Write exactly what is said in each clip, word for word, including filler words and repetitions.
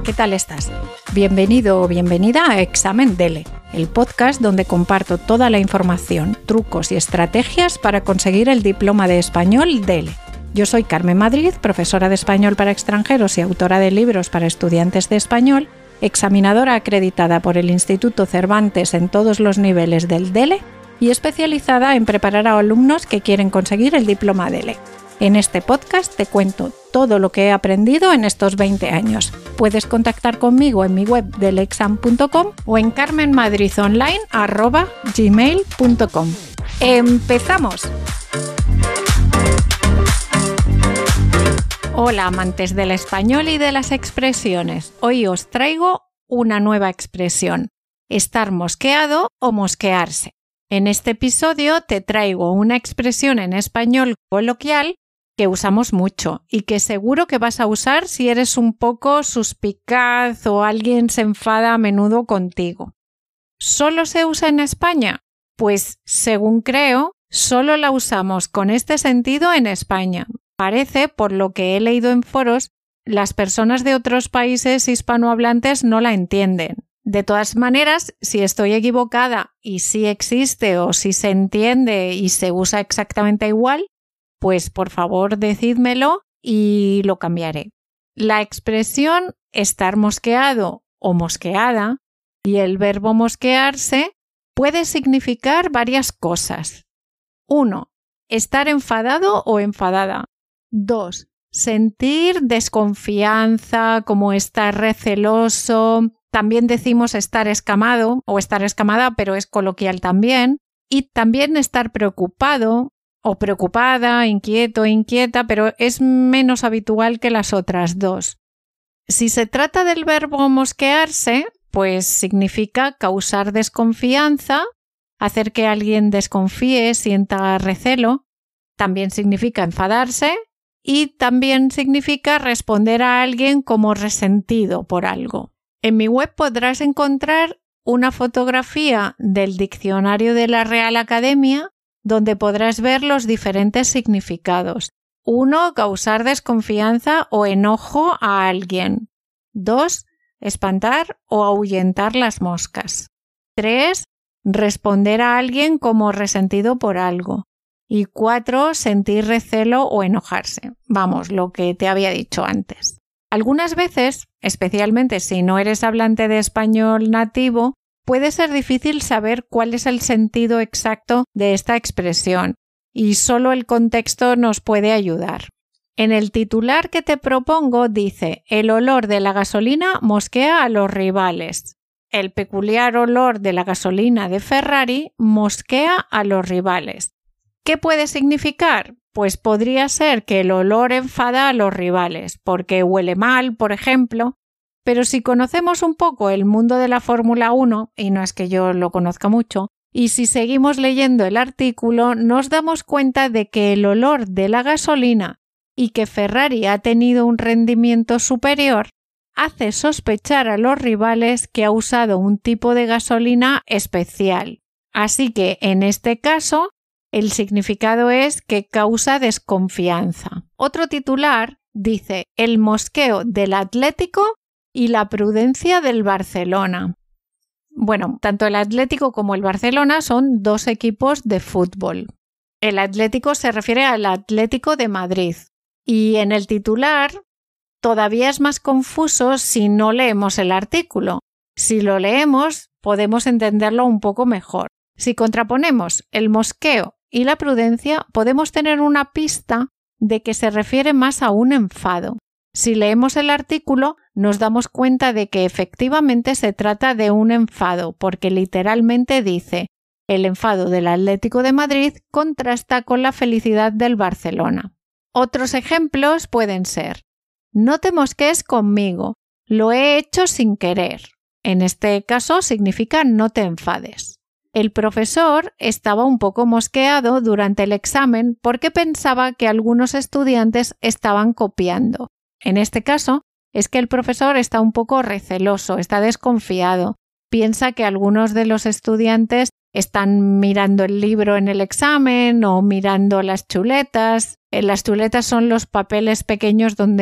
¿qué tal estás? Bienvenido o bienvenida a Examen DELE, el podcast donde comparto toda la información, trucos y estrategias para conseguir el diploma de español DELE. Yo soy Carmen Madrid, profesora de español para extranjeros y autora de libros para estudiantes de español, examinadora acreditada por el Instituto Cervantes en todos los niveles del DELE y especializada en preparar a alumnos que quieren conseguir el diploma DELE. En este podcast te cuento todo lo que he aprendido en estos veinte años. Puedes contactar conmigo en mi web delexam punto com o en carmenmadridonline arroba gmail punto com. ¡Empezamos! Hola amantes del español y de las expresiones. Hoy os traigo una nueva expresión: estar mosqueado o mosquearse. En este episodio te traigo una expresión en español coloquial que usamos mucho y que seguro que vas a usar si eres un poco suspicaz o alguien se enfada a menudo contigo. ¿Solo se usa en España? Pues, según creo, solo la usamos con este sentido en España. Parece, por lo que he leído en foros, las personas de otros países hispanohablantes no la entienden. De todas maneras, si estoy equivocada y si existe o si se entiende y se usa exactamente igual, pues por favor decídmelo y lo cambiaré. La expresión estar mosqueado o mosqueada y el verbo mosquearse puede significar varias cosas. uno. Estar enfadado o enfadada. dos. Sentir desconfianza, como estar receloso. También decimos estar escamado o estar escamada, pero es coloquial también. Y también estar preocupado o preocupada, inquieto, inquieta, pero es menos habitual que las otras dos. Si se trata del verbo mosquearse, pues significa causar desconfianza, hacer que alguien desconfíe, sienta recelo. También significa enfadarse y también significa responder a alguien como resentido por algo. En mi web podrás encontrar una fotografía del diccionario de la Real Academia donde podrás ver los diferentes significados. uno. Causar desconfianza o enojo a alguien. dos. Espantar o ahuyentar las moscas. tres. Responder a alguien como resentido por algo. Y cuatro. Sentir recelo o enojarse. Vamos, lo que te había dicho antes. Algunas veces, especialmente si no eres hablante de español nativo, puede ser difícil saber cuál es el sentido exacto de esta expresión y solo el contexto nos puede ayudar. En el titular que te propongo dice: el olor de la gasolina mosquea a los rivales. El peculiar olor de la gasolina de Ferrari mosquea a los rivales. ¿Qué puede significar? Pues podría ser que el olor enfada a los rivales, porque huele mal, por ejemplo. Pero si conocemos un poco el mundo de la Fórmula uno, y no es que yo lo conozca mucho, y si seguimos leyendo el artículo, nos damos cuenta de que el olor de la gasolina y que Ferrari ha tenido un rendimiento superior hace sospechar a los rivales que ha usado un tipo de gasolina especial. Así que, en este caso, el significado es que causa desconfianza. Otro titular dice: el mosqueo del Atlético y la prudencia del Barcelona. Bueno, tanto el Atlético como el Barcelona son dos equipos de fútbol. El Atlético se refiere al Atlético de Madrid. Y en el titular todavía es más confuso si no leemos el artículo. Si lo leemos, podemos entenderlo un poco mejor. Si contraponemos el mosqueo y la prudencia, podemos tener una pista de que se refiere más a un enfado. Si leemos el artículo, nos damos cuenta de que efectivamente se trata de un enfado, porque literalmente dice: el enfado del Atlético de Madrid contrasta con la felicidad del Barcelona. Otros ejemplos pueden ser: no te mosquees conmigo, lo he hecho sin querer. En este caso significa no te enfades. El profesor estaba un poco mosqueado durante el examen porque pensaba que algunos estudiantes estaban copiando. En este caso, es que el profesor está un poco receloso, está desconfiado. Piensa que algunos de los estudiantes están mirando el libro en el examen o mirando las chuletas. Las chuletas son los papeles pequeños donde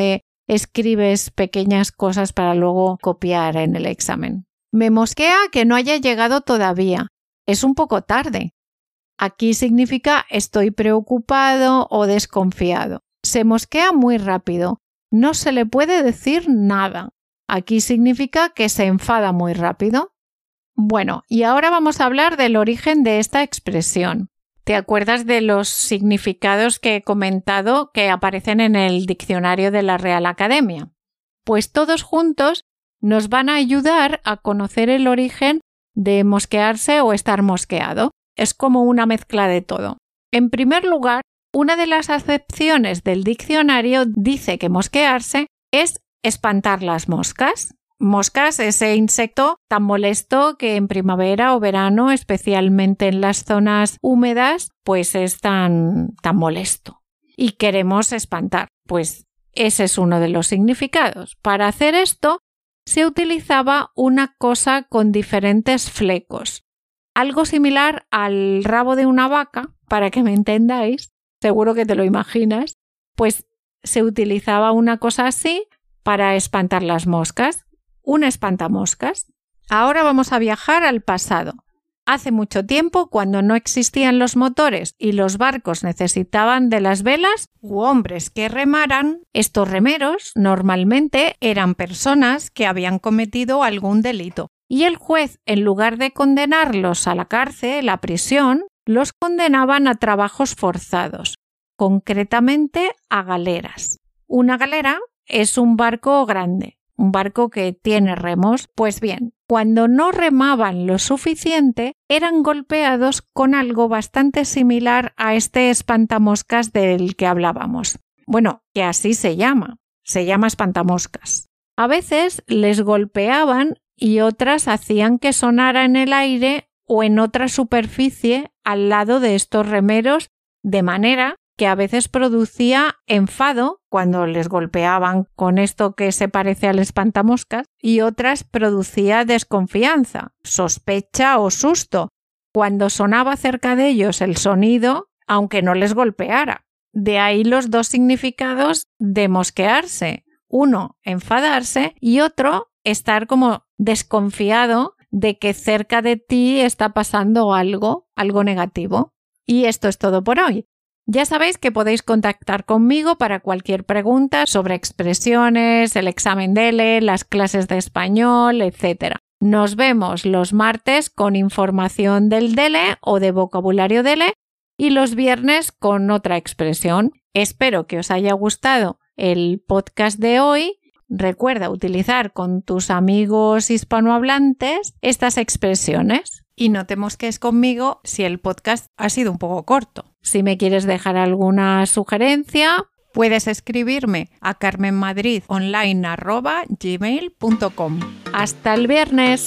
escribes pequeñas cosas para luego copiar en el examen. Me mosquea que no haya llegado todavía. Es un poco tarde. Aquí significa estoy preocupado o desconfiado. Se mosquea muy rápido. No se le puede decir nada. Aquí significa que se enfada muy rápido. Bueno, y ahora vamos a hablar del origen de esta expresión. ¿Te acuerdas de los significados que he comentado que aparecen en el diccionario de la Real Academia? Pues todos juntos nos van a ayudar a conocer el origen de mosquearse o estar mosqueado. Es como una mezcla de todo. En primer lugar, una de las acepciones del diccionario dice que mosquearse es espantar las moscas. Moscas, ese insecto tan molesto que en primavera o verano, especialmente en las zonas húmedas, pues es tan, tan molesto. Y queremos espantar. Pues ese es uno de los significados. Para hacer esto, se utilizaba una cosa con diferentes flecos. Algo similar al rabo de una vaca, para que me entendáis, seguro que te lo imaginas, pues se utilizaba una cosa así para espantar las moscas, un espantamoscas. Ahora vamos a viajar al pasado. Hace mucho tiempo, cuando no existían los motores y los barcos necesitaban de las velas u hombres que remaran, estos remeros normalmente eran personas que habían cometido algún delito. Y el juez, en lugar de condenarlos a la cárcel, a prisión, los condenaban a trabajos forzados, concretamente a galeras. Una galera es un barco grande, un barco que tiene remos. Pues bien, cuando no remaban lo suficiente, eran golpeados con algo bastante similar a este espantamoscas del que hablábamos. Bueno, que así se llama, se llama espantamoscas. A veces les golpeaban y otras hacían que sonara en el aire o en otra superficie al lado de estos remeros, de manera que a veces producía enfado cuando les golpeaban con esto que se parece al espantamoscas, y otras producía desconfianza, sospecha o susto cuando sonaba cerca de ellos el sonido, aunque no les golpeara. De ahí los dos significados de mosquearse: uno, enfadarse, y otro, estar como desconfiado de que cerca de ti está pasando algo, algo negativo. Y esto es todo por hoy. Ya sabéis que podéis contactar conmigo para cualquier pregunta sobre expresiones, el examen D L E, las clases de español, etcétera. Nos vemos los martes con información del D L E o de vocabulario D L E y los viernes con otra expresión. Espero que os haya gustado el podcast de hoy. Recuerda utilizar con tus amigos hispanohablantes estas expresiones. Y no te mosques conmigo si el podcast ha sido un poco corto. Si me quieres dejar alguna sugerencia, puedes escribirme a carmenmadridonline arroba gmail punto com. ¡Hasta el viernes!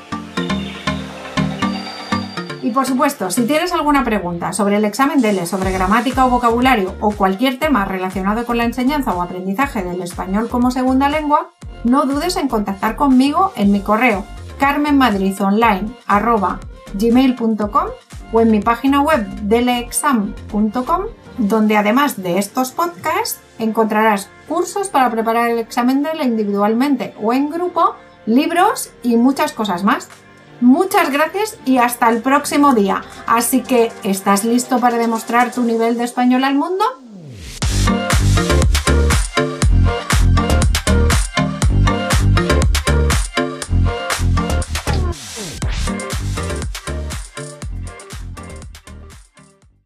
Y por supuesto, si tienes alguna pregunta sobre el examen D L E, sobre gramática o vocabulario o cualquier tema relacionado con la enseñanza o aprendizaje del español como segunda lengua, no dudes en contactar conmigo en mi correo carmenmadridonline arroba gmail punto com o en mi página web d l e exam punto com, donde además de estos podcasts encontrarás cursos para preparar el examen D L E individualmente o en grupo, libros y muchas cosas más. Muchas gracias y hasta el próximo día. Así que, ¿estás listo para demostrar tu nivel de español al mundo?